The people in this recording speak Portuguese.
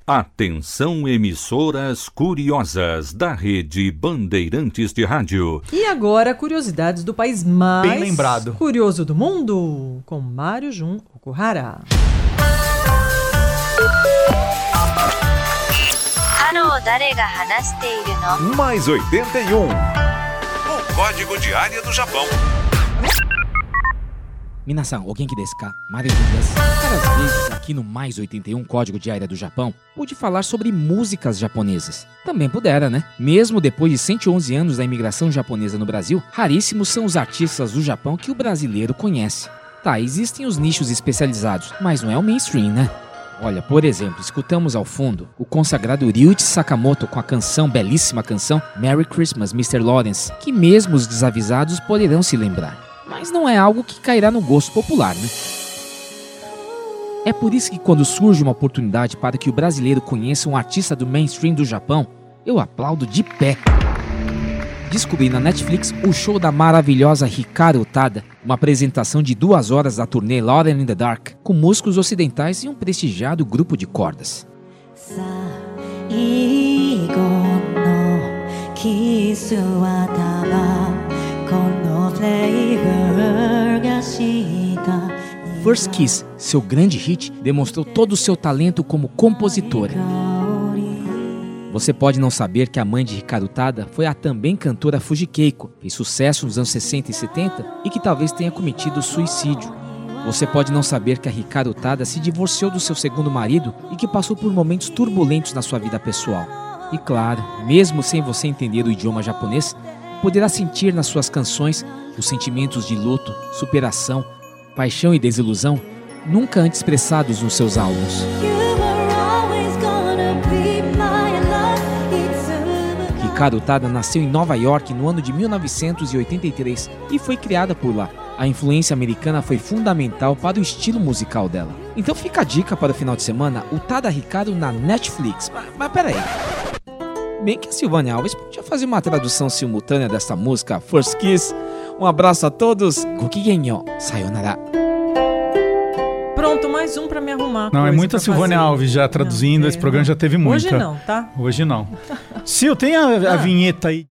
Atenção, emissoras curiosas da Rede Bandeirantes de Rádio. E agora, curiosidades do país mais bem lembrado, curioso do mundo, com Mário Jun Okuhara. Mais 81. O código de área do Japão. Minasan, o genki desu ka? Mário Jun desu. Várias vezes aqui no Mais 81 Código de Área do Japão, pude falar sobre músicas japonesas. Também pudera, né? Mesmo depois de 111 anos da imigração japonesa no Brasil, raríssimos são os artistas do Japão que o brasileiro conhece. Tá, existem os nichos especializados, mas não é o mainstream, né? Olha, por exemplo, escutamos ao fundo o consagrado Ryuichi Sakamoto com a belíssima canção Merry Christmas, Mr. Lawrence, que mesmo os desavisados poderão se lembrar. Mas não é algo que cairá no gosto popular, né? É por isso que quando surge uma oportunidade para que o brasileiro conheça um artista do mainstream do Japão, eu aplaudo de pé. Descobri na Netflix o show da maravilhosa Hikaru Utada, uma apresentação de 2 horas da turnê Louder in the Dark, com músicos ocidentais e um prestigiado grupo de cordas. First Kiss, seu grande hit, demonstrou todo o seu talento como compositora. Você pode não saber que a mãe de Hikaru Utada foi a também cantora Fuji Keiko, fez sucesso nos anos 60 e 70 e que talvez tenha cometido suicídio. Você pode não saber que a Hikaru Utada se divorciou do seu segundo marido e que passou por momentos turbulentos na sua vida pessoal. E claro, mesmo sem você entender o idioma japonês, poderá sentir nas suas canções os sentimentos de luto, superação, paixão e desilusão nunca antes expressados nos seus álbuns. Hikaru Utada nasceu em Nova York no ano de 1983 e foi criada por lá. A influência americana foi fundamental para o estilo musical dela. Então fica a dica para o final de semana, Utada Hikaru na Netflix. Mas peraí. Bem que a Silvânia Alves podia fazer uma tradução simultânea dessa música First Kiss. Um abraço a todos. Gokigenyo. Sayonara. Pronto, mais um pra me arrumar. Não, é muito a Silvânia Alves já traduzindo. Esse programa já teve muita. Hoje não, tá? Hoje não. Sil, tem a vinheta aí.